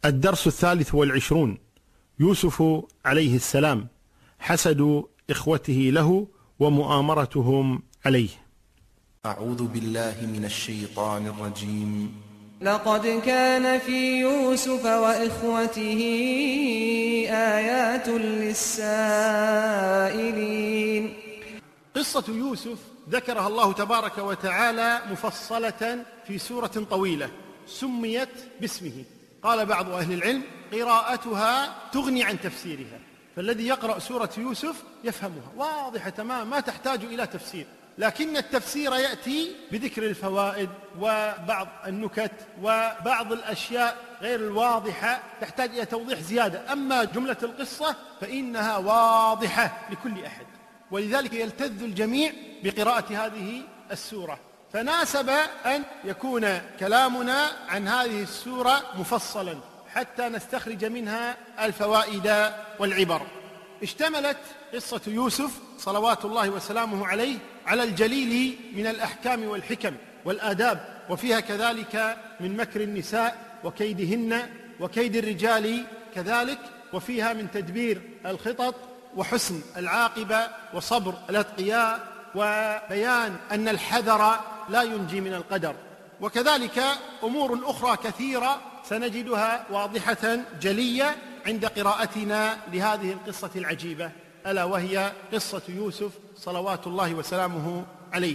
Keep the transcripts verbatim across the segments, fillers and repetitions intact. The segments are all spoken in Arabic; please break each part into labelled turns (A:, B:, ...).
A: الدرس الثالث والعشرون: يوسف عليه السلام، حسد إخوته له ومؤامرتهم عليه.
B: أعوذ بالله من الشيطان الرجيم.
C: لقد كان في يوسف وإخوته آيات للسائلين.
A: قصة يوسف ذكرها الله تبارك وتعالى مفصلة في سورة طويلة سميت باسمه. قال بعض أهل العلم: قراءتها تغني عن تفسيرها، فالذي يقرأ سورة يوسف يفهمها واضحة تمام، ما تحتاج إلى تفسير، لكن التفسير يأتي بذكر الفوائد وبعض النكت وبعض الأشياء غير الواضحة تحتاج إلى توضيح زيادة. أما جملة القصة فإنها واضحة لكل أحد، ولذلك يلتذ الجميع بقراءة هذه السورة. فناسب أن يكون كلامنا عن هذه السورة مفصلا حتى نستخرج منها الفوائد والعبر. اشتملت قصة يوسف صلوات الله وسلامه عليه على الجليل من الأحكام والحكم والآداب، وفيها كذلك من مكر النساء وكيدهن وكيد الرجال كذلك، وفيها من تدبير الخطط وحسن العاقبة وصبر الأتقياء، وبيان أن الحذر لا ينجي من القدر، وكذلك أمور أخرى كثيرة سنجدها واضحة جلية عند قراءتنا لهذه القصة العجيبة، ألا وهي قصة يوسف صلوات الله وسلامه عليه.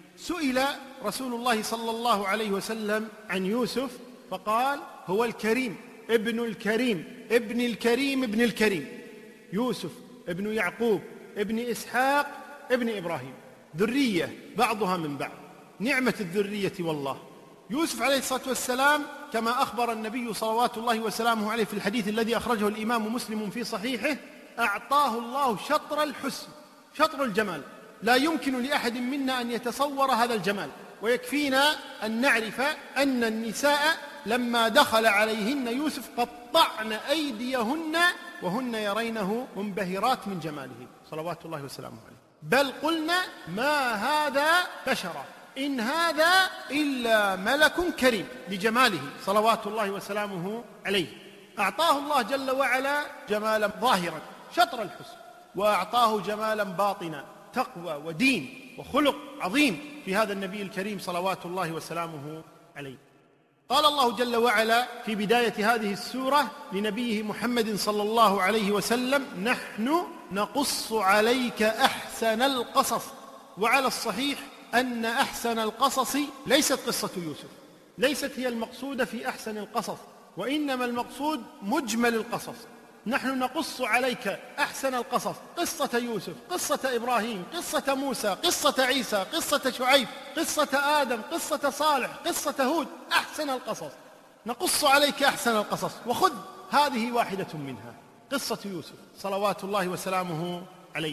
A: سئل رسول الله صلى الله عليه وسلم عن يوسف فقال: هو الكريم ابن الكريم ابن الكريم ابن الكريم، يوسف ابن يعقوب ابن إسحاق ابن إبراهيم، ذرية بعضها من بعض، نعمة الذرية والله. يوسف عليه الصلاة والسلام كما أخبر النبي صلوات الله وسلامه عليه في الحديث الذي أخرجه الإمام مسلم في صحيحه: أعطاه الله شطر الحسن، شطر الجمال، لا يمكن لأحد منا أن يتصور هذا الجمال. ويكفينا أن نعرف أن النساء لما دخل عليهن يوسف قطعن أيديهن وهن يرينه منبهرات من جماله صلوات الله وسلامه عليه، بل قلنا: ما هذا بشرا، إن هذا إلا ملك كريم، لجماله صلوات الله وسلامه عليه. أعطاه الله جل وعلا جمالا ظاهرا شطر الحسن، وأعطاه جمالا باطنا تقوى ودين وخلق عظيم في هذا النبي الكريم صلوات الله وسلامه عليه. قال الله جل وعلا في بداية هذه السورة لنبيه محمد صلى الله عليه وسلم: نحن نقص عليك أحسن القصص. وعلى الصحيح أن أحسن القصص ليست قصة يوسف، ليست هي المقصودة في أحسن القصص، وإنما المقصود مجمل القصص. نحن نقص عليك أحسن القصص، قصة يوسف، قصة إبراهيم، قصة موسى، قصة عيسى، قصة شعيب، قصة آدم، قصة صالح، قصة هود، أحسن القصص. نقص عليك أحسن القصص، وخذ هذه واحدة منها، قصة يوسف صلوات الله وسلامه عليه.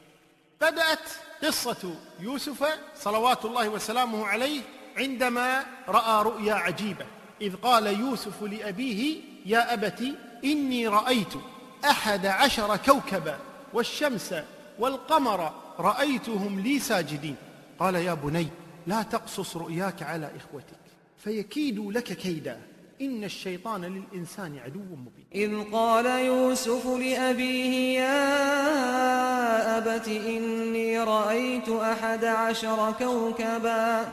A: بدأت قصة يوسف صلوات الله وسلامه عليه عندما رأى رؤيا عجيبة، إذ قال يوسف لأبيه: يا أبت إني رأيت أحد عشر كوكبا والشمس والقمر رأيتهم لي ساجدين. قال: يا بني لا تقصص رؤياك على إخوتك فيكيدوا لك كيدا، إن الشيطان للإنسان عدو مبين.
C: إذ قال يوسف لأبيه: يا أبت إني رأيت أحد عشر كوكبا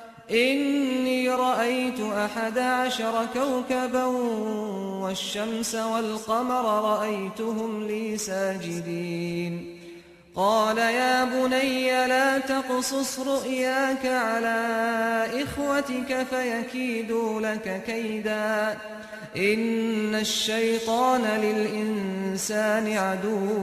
C: إني رأيت أحد عشر كوكبا والشمس والقمر رأيتهم لي ساجدين. قال: يا بني لا تقصص رؤياك على إخوتك فيكيدوا لك كيدا، إن الشيطان للإنسان عدو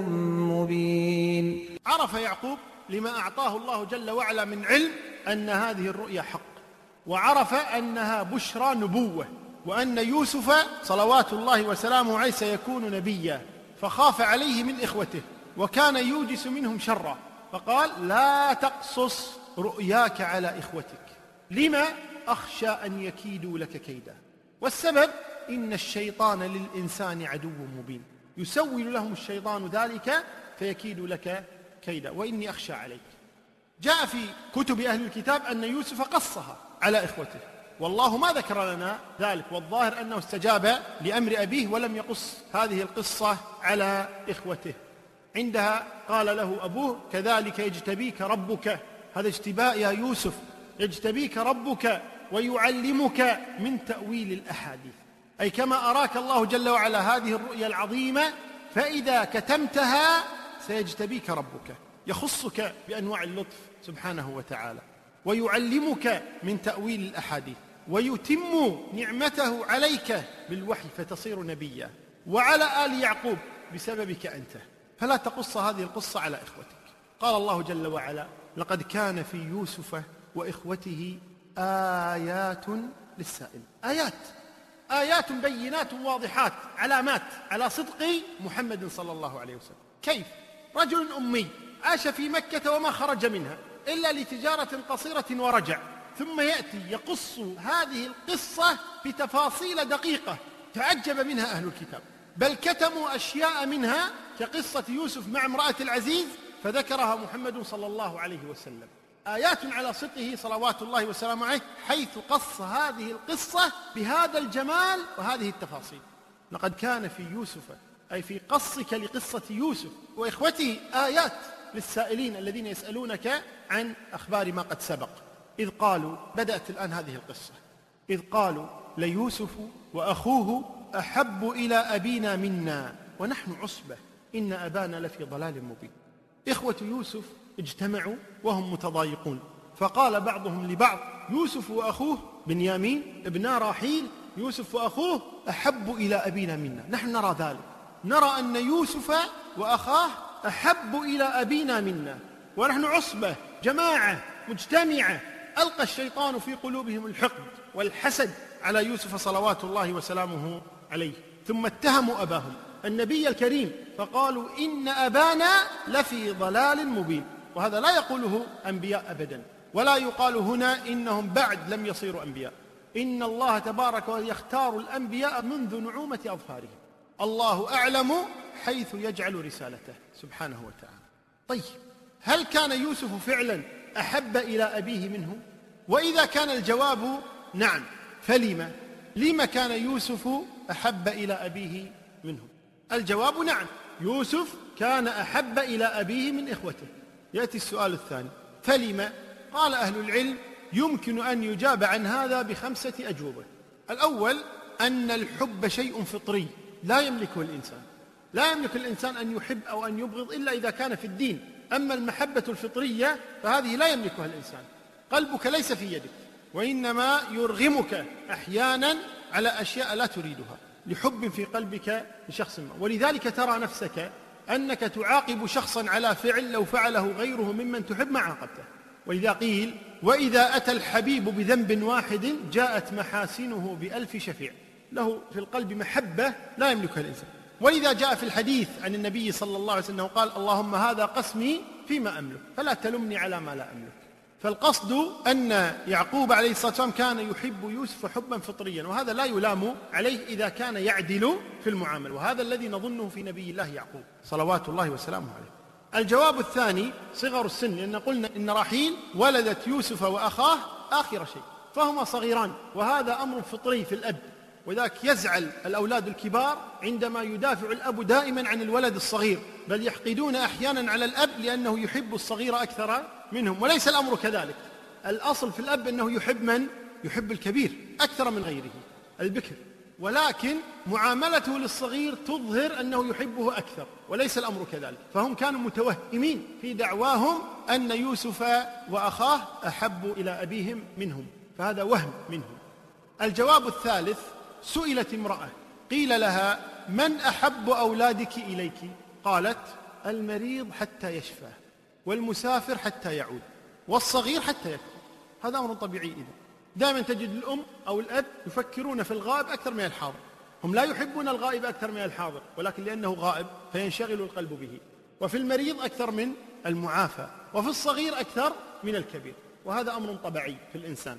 C: مبين.
A: عرف يعقوب لما أعطاه الله جل وعلا من علم أن هذه الرؤيا حق، وعرف أنها بشرى نبوة، وأن يوسف صلوات الله وسلامه عليه سيكون نبيا، فخاف عليه من إخوته وكان يوجس منهم شرا، فقال: لا تقصص رؤياك على إخوتك. لما؟ أخشى أن يكيدوا لك كيدا. والسبب: إن الشيطان للإنسان عدو مبين، يسول لهم الشيطان ذلك فيكيد لك كيدا، وإني أخشى عليك. جاء في كتب أهل الكتاب أن يوسف قصها على إخوته، والله ما ذكر لنا ذلك، والظاهر أنه استجاب لأمر أبيه ولم يقص هذه القصة على إخوته. عندها قال له أبوه: كذلك يجتبيك ربك، هذا اجتباء يا يوسف، يجتبيك ربك ويعلمك من تأويل الأحاديث، أي كما أراك الله جل وعلا هذه الرؤيا العظيمة فإذا كتمتها سيجتبيك ربك، يخصك بأنواع اللطف سبحانه وتعالى، ويعلمك من تأويل الأحاديث، ويتم نعمته عليك بالوحي فتصير نبيا، وعلى آل يعقوب بسببك أنت، فلا تقص هذه القصة على إخوتك. قال الله جل وعلا: لقد كان في يوسف وإخوته آيات للسائل. آيات آيات بينات واضحات، علامات على صدق محمد صلى الله عليه وسلم. كيف؟ رجل أمي عاش في مكة وما خرج منها إلا لتجارة قصيرة ورجع، ثم يأتي يقص هذه القصة بتفاصيل دقيقة تعجب منها أهل الكتاب، بل كتموا أشياء منها كقصة يوسف مع امرأة العزيز فذكرها محمد صلى الله عليه وسلم. آيات على صدقه صلوات الله وسلامه عليه، حيث قص هذه القصة بهذا الجمال وهذه التفاصيل. لقد كان في يوسف، أي في قصك لقصة يوسف وإخوته، آيات للسائلين الذين يسألونك عن أخبار ما قد سبق. إذ قالوا، بدأت الآن هذه القصة، إذ قالوا ليوسف وأخوه أحب إلى أبينا منا ونحن عصبة إن أبانا لفي ضلال مبين. إخوة يوسف اجتمعوا وهم متضايقون، فقال بعضهم لبعض: يوسف وأخوه بنيامين ابنا راحيل، يوسف وأخوه أحب إلى أبينا منا، نحن نرى ذلك، نرى أن يوسف وأخاه أحب إلى أبينا منا ونحن عصبة، جماعة مجتمعة. ألقى الشيطان في قلوبهم الحقد والحسد على يوسف صلوات الله وسلامه عليه، ثم اتهموا أباهم النبي الكريم فقالوا: إن أبانا لفي ضلال مبين. وهذا لا يقوله أنبياء أبدا، ولا يقال هنا إنهم بعد لم يصيروا أنبياء. إن الله تبارك ويختار الأنبياء منذ نعومة أظفارهم، الله أعلم حيث يجعل رسالته سبحانه وتعالى. طيب، هل كان يوسف فعلا أحب إلى أبيه منه؟ وإذا كان الجواب نعم، فلما؟ لما كان يوسف أحب إلى أبيه منه؟ الجواب نعم، يوسف كان أحب إلى أبيه من إخوته. يأتي السؤال الثاني: فلما؟ قال أهل العلم: يمكن أن يجاب عن هذا بخمسة أجوبة. الأول أن الحب شيء فطري لا يملكه الإنسان، لا يملك الإنسان أن يحب أو أن يبغض إلا إذا كان في الدين. أما المحبة الفطرية فهذه لا يملكها الإنسان، قلبك ليس في يدك، وإنما يرغمك أحيانا على أشياء لا تريدها لحب في قلبك لشخص ما. ولذلك ترى نفسك أنك تعاقب شخصا على فعل لو فعله غيره ممن تحب ما عاقبته. ولذا قيل: وإذا أتى الحبيب بذنب واحد جاءت محاسنه بألف شفيع. له في القلب محبة لا يملكها الإنسان. ولذا جاء في الحديث عن النبي صلى الله عليه وسلم قال: اللهم هذا قسمي فيما أملك فلا تلمني على ما لا أملك. فالقصد أن يعقوب عليه الصلاة والسلام كان يحب يوسف حبا فطريا، وهذا لا يلام عليه إذا كان يعدل في المعاملة، وهذا الذي نظنه في نبي الله يعقوب صلوات الله وسلامه عليه. الجواب الثاني صغر السن، لأن قلنا إن راحيل ولدت يوسف وأخاه آخر شيء، فهما صغيران، وهذا أمر فطري في الأب، وذاك يزعل الأولاد الكبار عندما يدافع الأب دائما عن الولد الصغير، بل يحقدون أحيانا على الأب لأنه يحب الصغير أكثر منهم، وليس الأمر كذلك. الأصل في الأب أنه يحب من؟ يحب الكبير أكثر من غيره البكر، ولكن معاملته للصغير تظهر أنه يحبه أكثر، وليس الأمر كذلك. فهم كانوا متوهمين في دعواهم أن يوسف وأخاه أحب إلى أبيهم منهم، فهذا وهم منهم. الجواب الثالث: سئلت امرأة قيل لها: من أحب أولادك إليك؟ قالت: المريض حتى يشفى، والمسافر حتى يعود، والصغير حتى يكبر. هذا أمر طبيعي. إذن دائما تجد الأم أو الأب يفكرون في الغائب أكثر من الحاضر، هم لا يحبون الغائب أكثر من الحاضر، ولكن لأنه غائب فينشغل القلب به. وفي المريض أكثر من المعافى، وفي الصغير أكثر من الكبير، وهذا أمر طبيعي في الإنسان.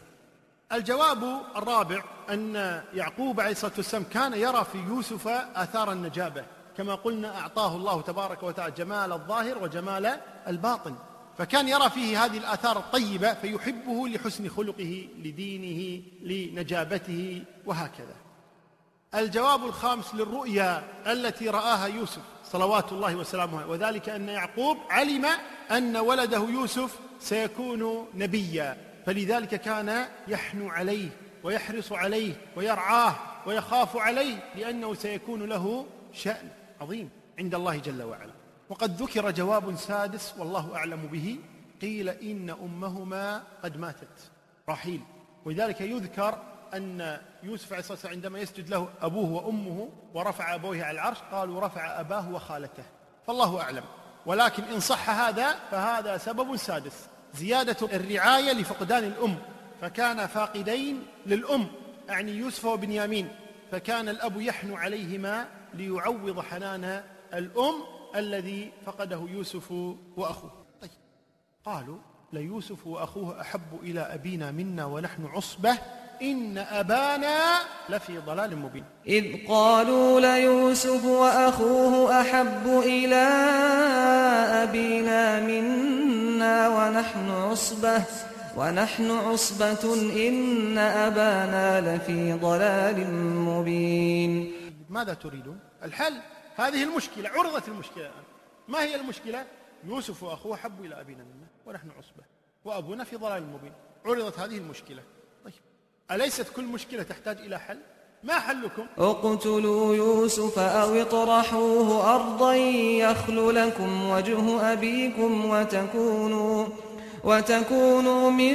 A: الجواب الرابع أن يعقوب عليه الصلاة والسلام كان يرى في يوسف آثار النجابة، كما قلنا أعطاه الله تبارك وتعالى جمال الظاهر وجمال الباطن، فكان يرى فيه هذه الآثار الطيبة فيحبه لحسن خلقه، لدينه، لنجابته، وهكذا. الجواب الخامس للرؤيا التي رآها يوسف صلوات الله وسلامه، وذلك أن يعقوب علم أن ولده يوسف سيكون نبيا، فلذلك كان يحنو عليه ويحرص عليه ويرعاه ويخاف عليه، لأنه سيكون له شأن عظيم عند الله جل وعلا. وقد ذكر جواب سادس والله أعلم به، قيل إن أمهما قد ماتت، رحيل. ولذلك يذكر أن يوسف عليه الصلاة والسلام عندما يسجد له أبوه وأمه ورفع أبويه على العرش قالوا رفع أباه وخالته، فالله أعلم. ولكن إن صح هذا فهذا سبب سادس، زيادة الرعاية لفقدان الأم، فكان فاقدين للأم، أعني يوسف وبنيامين، فكان الأب يحنو عليهما ليعوض حنان الأم الذي فقده يوسف وأخوه. طيب، قالوا ليوسف وأخوه أحب إلى أبينا منا ونحن عصبة إن أبانا لفي ضلال مبين.
C: إذ قالوا ليوسف وأخوه أحب إلى أبينا منا ونحن عصبة ونحن عصبة إن أبانا لفي ضلال مبين.
A: ماذا تريدون؟ الحل هذه المشكلة، عرضت المشكلة الآن. ما هي المشكلة؟ يوسف وأخوه أحب إلى أبينا منا ونحن عصبة وأبونا في ضلال مبين. عرضت هذه المشكلة. طيب، أليست كل مشكلة تحتاج إلى حل؟ ما حلكم؟
C: اقتلوا يوسف أو اطرحوه أرضا يخل لكم وجه أبيكم وتكونوا وتكونوا من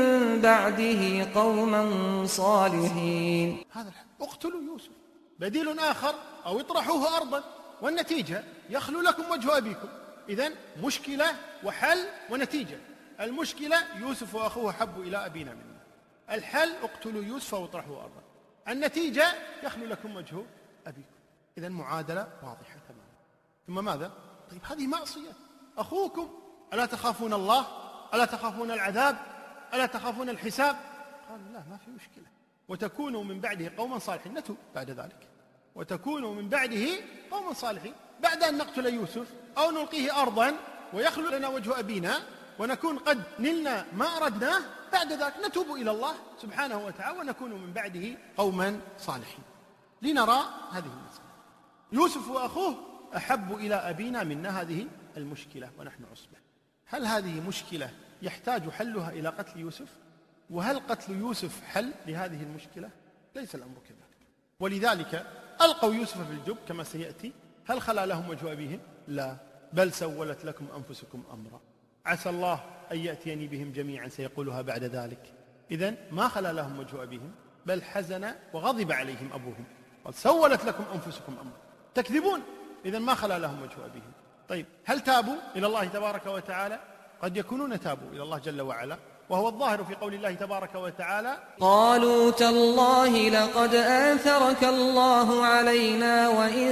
C: بعده قوما صالحين.
A: هذا الحل، اقتلوا يوسف. بديل آخر أو اطرحوه أرضا، والنتيجة يخلو لكم وجه أبيكم. إذن مشكلة وحل ونتيجة. المشكلة يوسف وأخوه حبوا إلى أبينا منا، الحل اقتلوا يوسف واطرحوه أرضا، النتيجة يخلو لكم وجه أبيكم. إذن معادلة واضحة تماما. ثم ماذا؟ طيب، هذه معصية، أخوكم، ألا تخافون الله؟ ألا تخافون العذاب؟ ألا تخافون الحساب؟ قالوا لا، ما في مشكلة، وتكونوا من بعده قوما صالحين. نتوب بعد ذلك، وتكونوا من بعده قوما صالحين، بعد أن نقتل يوسف أو نلقيه أرضا ويخلو لنا وجه أبينا ونكون قد نلنا ما أردناه، بعد ذلك نتوب إلى الله سبحانه وتعالى ونكون من بعده قوما صالحين. لنرى هذه المسألة. يوسف وأخوه أحب إلى أبينا منا، هذه المشكلة ونحن عصبة. هل هذه مشكلة يحتاج حلها إلى قتل يوسف؟ وهل قتل يوسف حل لهذه المشكلة؟ ليس الأمر كذلك. ولذلك ألقوا يوسف في الجب كما سيأتي. هل خلا لهم وجه أبيهم؟ لا، بل سولت لكم أنفسكم أمرا، عسى الله أن يأتيني بهم جميعا سيقولها بعد ذلك. إذن ما خلا لهم وجه أبيهم، بل حزن وغضب عليهم أبوهم، قال سولت لكم أنفسكم أمرا، تكذبون. إذن ما خلا لهم وجه أبيهم. طيب، هل تابوا إلى الله تبارك وتعالى؟ قد يكونون تابوا إلى الله جل وعلا، وهو الظاهر في قول الله تبارك وتعالى
C: قالوا تالله لقد آثرك الله علينا وإن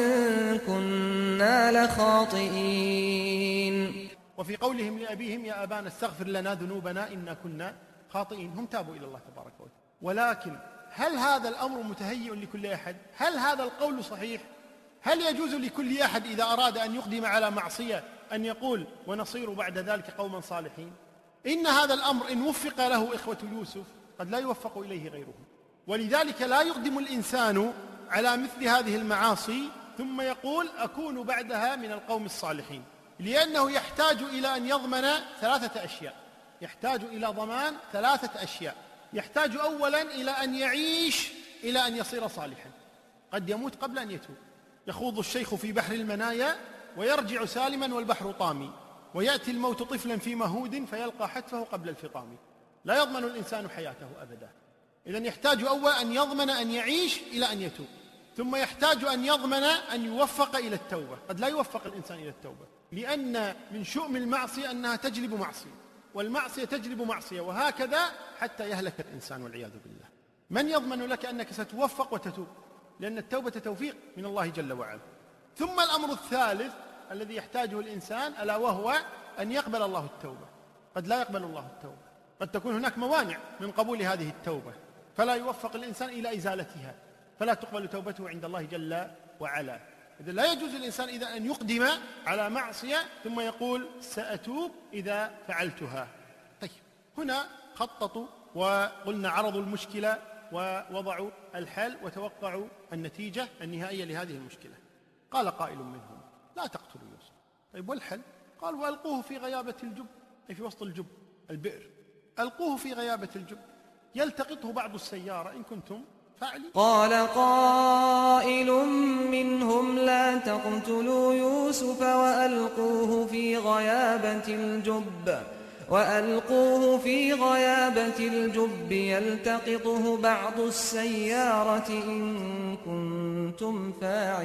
C: كنا لخاطئين.
A: وفي قولهم لأبيهم يا أبانا استغفر لنا ذنوبنا إنا كنا خاطئين، هم تابوا إلى الله تبارك وتعالى. ولكن هل هذا الأمر متهيئ لكل أحد؟ هل هذا القول صحيح؟ هل يجوز لكل أحد إذا أراد أن يقدم على معصية أن يقول ونصير بعد ذلك قوما صالحين؟ إن هذا الأمر إن وفق له إخوة يوسف قد لا يوفق إليه غيرهم. ولذلك لا يقدم الإنسان على مثل هذه المعاصي ثم يقول أكون بعدها من القوم الصالحين، لأنه يحتاج إلى أن يضمن ثلاثة أشياء. يحتاج إلى ضمان ثلاثة أشياء. يحتاج أولا إلى أن يعيش إلى أن يصير صالحا، قد يموت قبل أن يتوب. يخوض الشيخ في بحر المنايا ويرجع سالما والبحر طامي، ويأتي الموت طفلا في مهود فيلقى حتفه قبل الفطام. لا يضمن الإنسان حياته أبدا. إذن يحتاج أولا أن يضمن أن يعيش إلى أن يتوب، ثم يحتاج أن يضمن أن يوفق إلى التوبة. قد لا يوفق الإنسان إلى التوبة، لأن من شؤم المعصية أنها تجلب معصية، والمعصية تجلب معصية، وهكذا حتى يهلك الإنسان والعياذ بالله. من يضمن لك أنك ستوفق وتتوب؟ لأن التوبة توفيق من الله جل وعلا. ثم الأمر الثالث الذي يحتاجه الإنسان ألا وهو أن يقبل الله التوبة. قد لا يقبل الله التوبة، قد تكون هناك موانع من قبول هذه التوبة، فلا يوفق الإنسان إلى إزالتها، فلا تقبل توبته عند الله جل وعلا. إذا لا يجوز للإنسان إذا أن يقدم على معصية ثم يقول سأتوب إذا فعلتها. طيب هنا خططوا وقلنا عرضوا المشكلة ووضعوا الحل وتوقعوا النتيجة النهائية لهذه المشكلة. قال قائل منهم لا تقتلوا يوسف. طيب والحل؟ قال وألقوه في غيابة الجب، أي في وسط الجب البئر، ألقوه في غيابة الجب يلتقطه بعض السيارة إن كنتم فاعلين.
C: قال قائل منهم لا تقتلوا يوسف وألقوه في غيابة الجب وألقوه في غيابة الجب يلتقطه بعض السيارة إن كنتم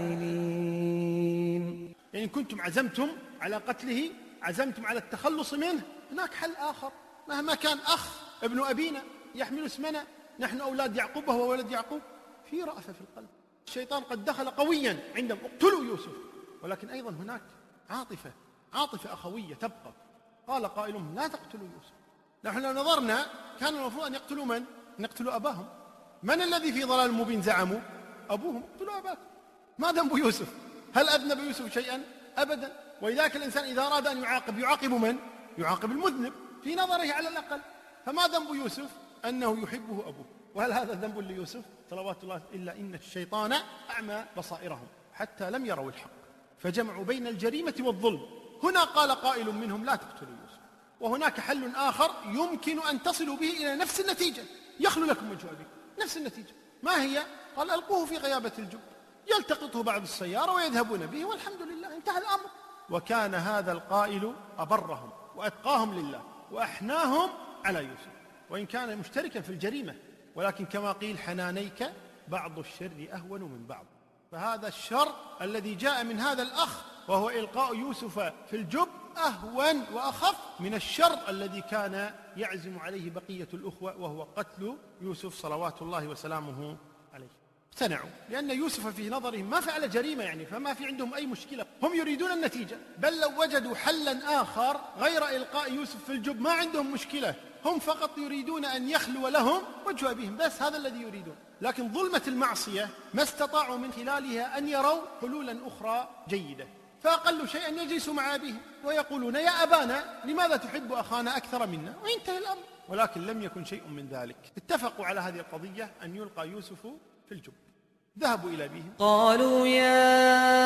C: فاعلين.
A: يعني إن كنتم عزمتم على قتله، عزمتم على التخلص منه، هناك حل آخر. مهما كان أخ ابن أبينا يحمل اسمنا، نحن أولاد يعقوب وهو ولد يعقوب، في رأفة في القلب. الشيطان قد دخل قويا عندهم اقتلوا يوسف، ولكن أيضا هناك عاطفة عاطفة أخوية تبقى. قال قائلهم لا تقتلوا يوسف. نحن لو نظرنا كان المفروض أن يقتلوا من؟ أن يقتلوا أباهم. من الذي في ضلال مبين زعموا؟ أبوهم. اقتلوا أباكم. ما ذنب يوسف؟ هل أذنب يوسف شيئا؟ أبدا. ولذلك الإنسان إذا أراد أن يعاقب يعاقب من؟ يعاقب المذنب في نظره على الأقل. فما ذنب يوسف؟ أنه يحبه أبوه. وهل هذا ذنب ليوسف صلوات الله؟ إلا إن الشيطان أعمى بصائرهم حتى لم يروا الحق فجمعوا بين الجريمة والظلم. هنا قال قائل منهم لا تقتلوا يوسف. وهناك حل آخر يمكن أن تصلوا به إلى نفس النتيجة، يخلو لكم وجه أبيكم، نفس النتيجة. ما هي؟ قال ألقوه في غيابة الجب يلتقطه بعض السيارة ويذهبون به والحمد لله، انتهى الأمر. وكان هذا القائل أبرهم وأتقاهم لله وأحناهم على يوسف، وإن كان مشتركا في الجريمة، ولكن كما قيل حنانيك بعض الشر أهون من بعض. فهذا الشر الذي جاء من هذا الأخ وهو إلقاء يوسف في الجب أهون وأخف من الشر الذي كان يعزم عليه بقية الأخوة وهو قتل يوسف صلوات الله وسلامه عليه. اقتنعوا لأن يوسف في نظرهم ما فعل جريمة، يعني فما في عندهم أي مشكلة، هم يريدون النتيجة. بل لو وجدوا حلا آخر غير إلقاء يوسف في الجب ما عندهم مشكلة، هم فقط يريدون أن يخلو لهم وجه أبيهم، بس هذا الذي يريدون. لكن ظلمة المعصية ما استطاعوا من خلالها أن يروا حلولا أخرى جيدة، فأقل شيء أن يجلسوا مع أبيهم ويقولون يا أبانا لماذا تحب أخانا أكثر منا، وينتهي الأمر. ولكن لم يكن شيء من ذلك. اتفقوا على هذه القضية أن يلقى يوسف في الجب. ذهبوا إلى أبيهم
C: قالوا يا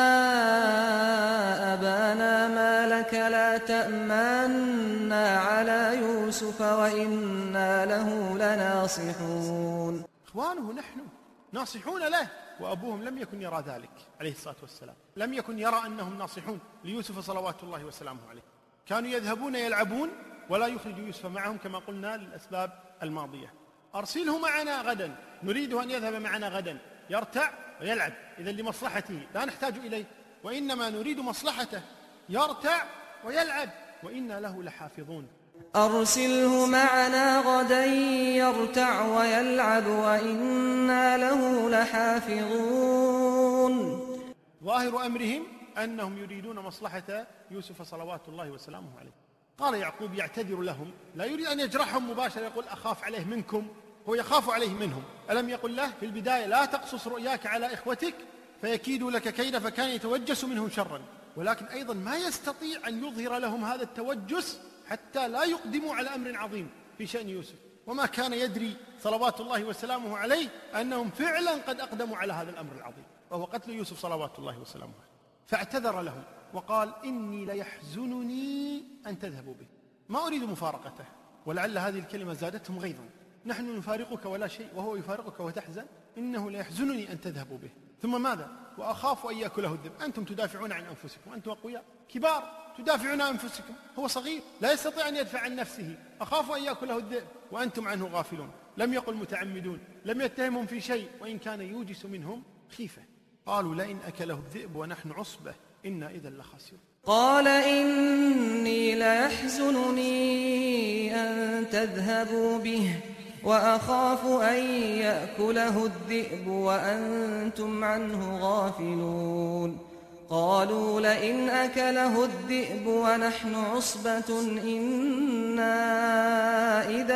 C: أبانا ما لك لا تأمنا على يوسف وإنا له لناصحون.
A: إخوانه نحن ناصحون له، وأبوهم لم يكن يرى ذلك عليه الصلاة والسلام، لم يكن يرى أنهم ناصحون ليوسف صلوات الله وسلامه عليه. كانوا يذهبون يلعبون ولا يخرجوا يوسف معهم كما قلنا للأسباب الماضية. أرسله معنا غدا، نريد أن يذهب معنا غدا يرتع ويلعب، إذا لمصلحته لا نحتاج إليه، وإنما نريد مصلحته، يرتع ويلعب وإنا له لحافظون.
C: أرسله معنا غدا يرتع ويلعب وإنا له لحافظون.
A: ظاهر أمرهم أنهم يريدون مصلحة يوسف صلوات الله وسلامه عليه. قال يعقوب يعتذر لهم، لا يريد أن يجرحهم مباشرة، يقول أخاف عليه منكم، هو يخاف عليه منهم. ألم يقل له في البداية لا تقصص رؤياك على إخوتك فيكيدوا لك كيدا، فكان يتوجس منهم شرا، ولكن أيضا ما يستطيع أن يظهر لهم هذا التوجس حتى لا يقدموا على أمر عظيم في شأن يوسف. وما كان يدري صلوات الله وسلامه عليه أنهم فعلا قد أقدموا على هذا الأمر العظيم وهو قتل يوسف صلوات الله وسلامه عليه. فاعتذر لهم وقال إني ليحزنني أن تذهبوا به، ما أريد مفارقته. ولعل هذه الكلمة زادتهم غيظا، نحن نفارقك ولا شيء وهو يفارقك وتحزن، إنه ليحزنني أن تذهبوا به. ثم ماذا؟ وأخاف أن يأكله الذئب. أنتم تدافعون عن أنفسكم، أنتم أقوياء كبار تدافعون عن أنفسكم، هو صغير لا يستطيع أن يدفع عن نفسه، أخاف أن يأكله الذئب وأنتم عنه غافلون. لم يقل متعمدون، لم يتهمهم في شيء، وإن كان يوجس منهم خيفة. قالوا لئن أكله الذئب ونحن عصبة إنا إذا لخاسرون.
C: قال إني ليحزنني أن تذهبوا به وأخاف أن يأكله الذئب وأنتم عنه غافلون. قالوا لئن أكله الذئب ونحن عصبة إنا إذا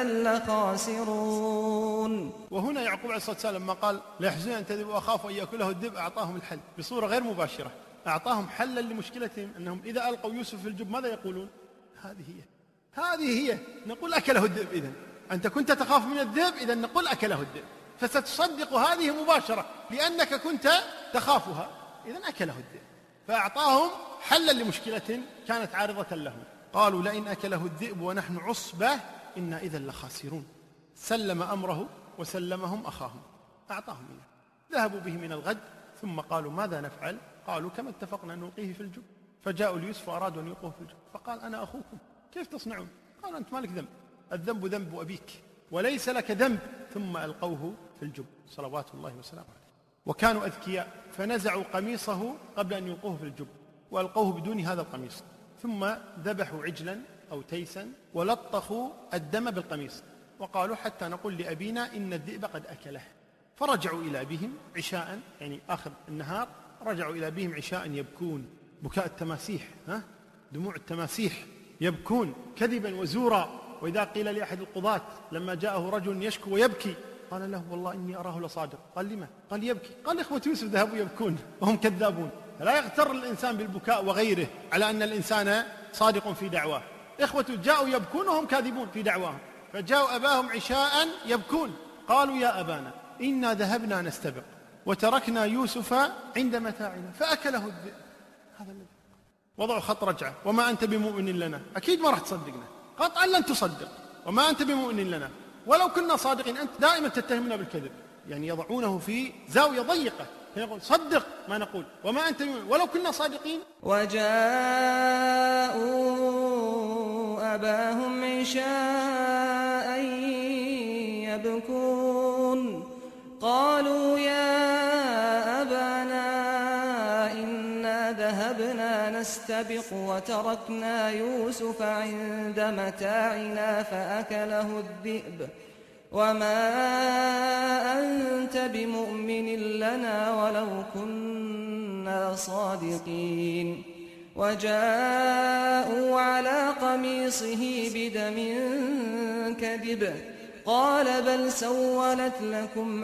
C: لخاسرون.
A: وهنا يعقوب عليه الصلاة والسلام لما قال لا يحزنني أن تذهب وأخاف أن يأكله الذئب أعطاهم الحل بصورة غير مباشرة، أعطاهم حلا لمشكلتهم أنهم إذا ألقوا يوسف في الجب ماذا يقولون؟ هذه هي هذه هي نقول أكله الذئب. إذن أنت كنت تخاف من الذئب، إذن نقول أكله الذئب، فستصدق هذه مباشرة لأنك كنت تخافها، إذن أكله الذئب. فأعطاهم حلا لمشكلة كانت عارضة لهم. قالوا لئن أكله الذئب ونحن عصبة إنا إذا لخاسرون. سلم أمره وسلمهم أخاهم، أعطاهم إياه. ذهبوا به من الغد ثم قالوا ماذا نفعل؟ قالوا كما اتفقنا أن نلقيه في الجب. فجاءوا ليوسف وأرادوا أن يلقوه في الجب، فقال أنا أخوكم كيف تصنعون؟ قال أنت مالك ذنب، الذنب ذنب أبيك وليس لك ذنب. ثم ألقوه في الجب صلوات الله وسلامه عليه. وكانوا أذكياء فنزعوا قميصه قبل أن يلقوه في الجب وألقوه بدون هذا القميص، ثم ذبحوا عجلا أو تيسا ولطخوا الدم بالقميص وقالوا حتى نقول لأبينا إن الذئب قد أكله. فرجعوا إلى أبيهم عشاء، يعني آخر النهار رجعوا إلى أبيهم عشاء يبكون بكاء التماسيح، ها؟ دموع التماسيح، يبكون كذبا وزورا. وإذا قيل لأحد القضاة لما جاءه رجل يشكو ويبكي قال له والله إني أراه لصادق. قال لما؟ قال يبكي. قال إخوة يوسف ذهبوا يبكون وهم كذابون. فلا يغتر الإنسان بالبكاء وغيره على أن الإنسان صادق في دعواه. إخوة جاءوا يبكون وهم كاذبون في دعواهم، فجاءوا أباهم عشاء يبكون قالوا يا أبانا إنا ذهبنا نستبق وتركنا يوسف عند متاعنا فأكله الذئب. هذا الذي وضعوا خط رجعة. وما أنت بمؤمن لنا، أكيد ما راح تصدقنا، قطعا لن تصدق، وما أنت بمؤمن لنا ولو كنا صادقين، أنت دائما تتهمنا بالكذب. يعني يضعونه في زاوية ضيقة، يقول صدق ما نقول وما أنت بمؤمن ولو كنا صادقين.
C: وجاءوا أباهم عشاء يبكون قالوا يا أبانا إنا ذهبنا نستبق وتركنا يوسف عند متاعنا فأكله الذئب وما أنت بمؤمن لنا ولو كنا صادقين. وجاءوا على قميصه بدم كذب قال بل سولت لكم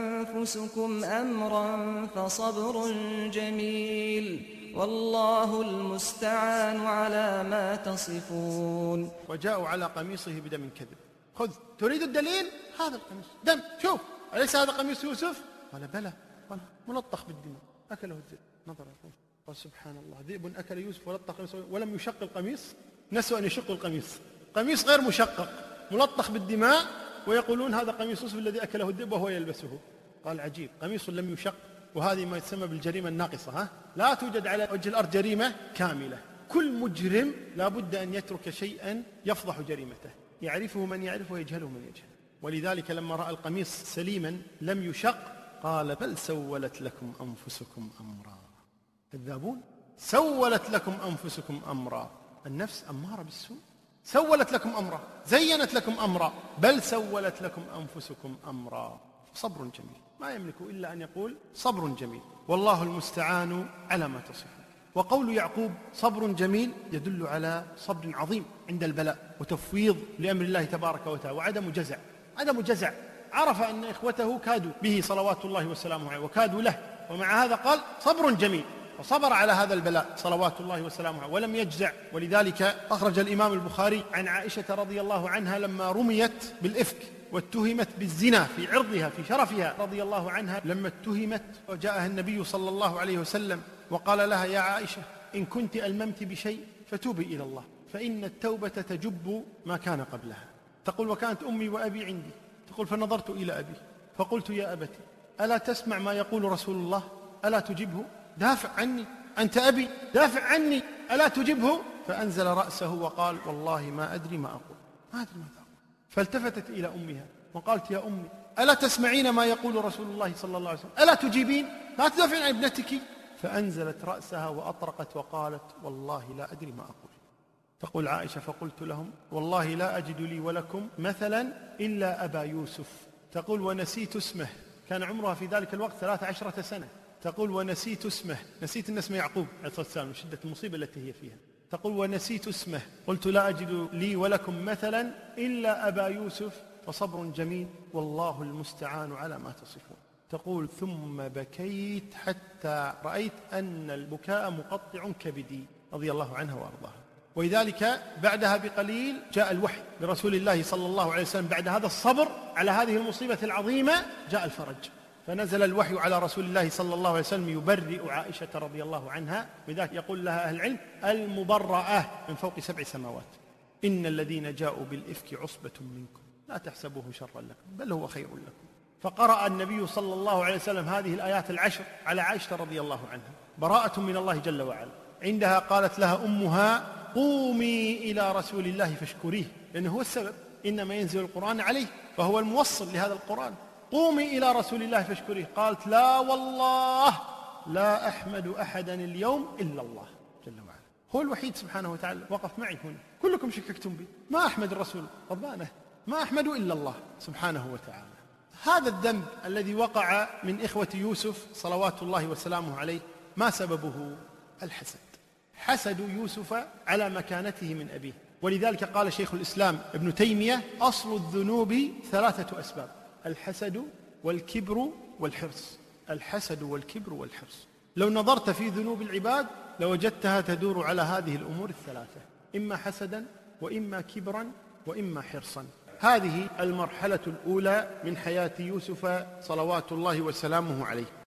C: أنفسكم أمرا فصبر جميل والله المستعان على ما تصفون.
A: وجاءوا على قميصه بدم كذب. خذ تريد الدليل؟ هذا القميص دم، شوف أليس هذا قميص يوسف؟ قال بلى، قال ملطخ بالدماء أكله الذئب. نظر قال سبحان الله، ذئب أكل يوسف ولطخ قميصه ولم يشق القميص. نسوا أن يشقوا القميص، قميص غير مشقق ملطخ بالدماء ويقولون هذا قميص يوسف الذي أكله الذئب وهو يلبسه. قال عجيب، قميص لم يشق، وهذه ما يسمى بالجريمة الناقصة. ها؟ لا توجد على وجه الأرض جريمة كاملة، كل مجرم لا بد أن يترك شيئا يفضح جريمته، يعرفه من يعرفه ويجهله من يجهل. ولذلك لما رأى القميص سليما لم يشق قال بل سولت لكم أنفسكم أمرا. كذابون، سولت لكم أنفسكم أمرا، النفس أمارة بالسوء، سولت لكم أمرا، زينت لكم أمرا، بل سولت لكم أنفسكم أمرا. صبر جميل، ما يملك إلا أن يقول صبر جميل والله المستعان على ما تصفون. وقول يعقوب صبر جميل يدل على صبر عظيم عند البلاء وتفويض لأمر الله تبارك وتعالى وعدم جزع. عدم جزع، عرف أن إخوته كادوا به صلوات الله وسلامه عليه وكادوا له، ومع هذا قال صبر جميل، وصبر على هذا البلاء صلوات الله وسلامه عليه ولم يجزع. ولذلك أخرج الإمام البخاري عن عائشة رضي الله عنها لما رميت بالإفك واتهمت بالزنا في عرضها في شرفها رضي الله عنها، لما اتهمت وجاءها النبي صلى الله عليه وسلم وقال لها يا عائشة إن كنت ألممت بشيء فتوبي إلى الله فإن التوبة تجب ما كان قبلها. تقول وكانت أمي وأبي عندي، تقول فنظرت إلى أبي فقلت يا أبتي ألا تسمع ما يقول رسول الله ألا تجبه؟ دافع عني، أنت أبي، دافع عني، ألا تجبه؟ فأنزل رأسه وقال والله ما أدري ما أقول، ما أدري ماذا أقول. فالتفتت إلى أمها وقالت يا أمي ألا تسمعين ما يقول رسول الله صلى الله عليه وسلم ألا تجيبين؟ لا تدافعين عن ابنتك. فأنزلت رأسها وأطرقت وقالت والله لا أدري ما أقول. تقول عائشة فقلت لهم والله لا أجد لي ولكم مثلا إلا أبا يوسف. تقول ونسيت اسمه، كان عمرها في ذلك الوقت ثلاث عشرة سنة، تقول ونسيت اسمه، نسيت أن اسمه يعقوب عليه الصلاة والسلام من شدة المصيبة التي هي فيها. تقول ونسيت اسمه قلت لا أجد لي ولكم مثلا إلا أبا يوسف فصبر جميل والله المستعان على ما تصفون. تقول ثم بكيت حتى رأيت أن البكاء مقطع كبدي رضي الله عنها وأرضاها. ولذلك بعدها بقليل جاء الوحي لرسول الله صلى الله عليه وسلم بعد هذا الصبر على هذه المصيبة العظيمة جاء الفرج، فنزل الوحي على رسول الله صلى الله عليه وسلم يبرئ عائشة رضي الله عنها. لذلك يقول لها أهل العلم المبرأة من فوق سبع سماوات إن الذين جاءوا بالإفك عصبة منكم لا تحسبوه شرا لكم بل هو خير لكم. فقرأ النبي صلى الله عليه وسلم هذه الآيات العشر على عائشة رضي الله عنها براءة من الله جل وعلا. عندها قالت لها أمها قومي إلى رسول الله فاشكريه، لأنه هو السبب، إنما ينزل القرآن عليه فهو الموصل لهذا القرآن. قومي إلى رسول الله فاشكريه. قالت لا والله لا أحمد أحدا اليوم إلا الله جل وعلا، هو الوحيد سبحانه وتعالى وقف معي هنا، كلكم شككتم بي، ما أحمد الرسول ربانه، ما أحمد إلا الله سبحانه وتعالى. هذا الذنب الذي وقع من إخوة يوسف صلوات الله وسلامه عليه ما سببه؟ الحسد. حسد يوسف على مكانته من أبيه. ولذلك قال شيخ الإسلام ابن تيمية أصل الذنوب ثلاثة أسباب: الحسد والكبر والحرص. الحسد والكبر والحرص. لو نظرت في ذنوب العباد لوجدتها تدور على هذه الأمور الثلاثة، إما حسدا وإما كبرا وإما حرصا. هذه المرحلة الأولى من حياة يوسف صلوات الله وسلامه عليه.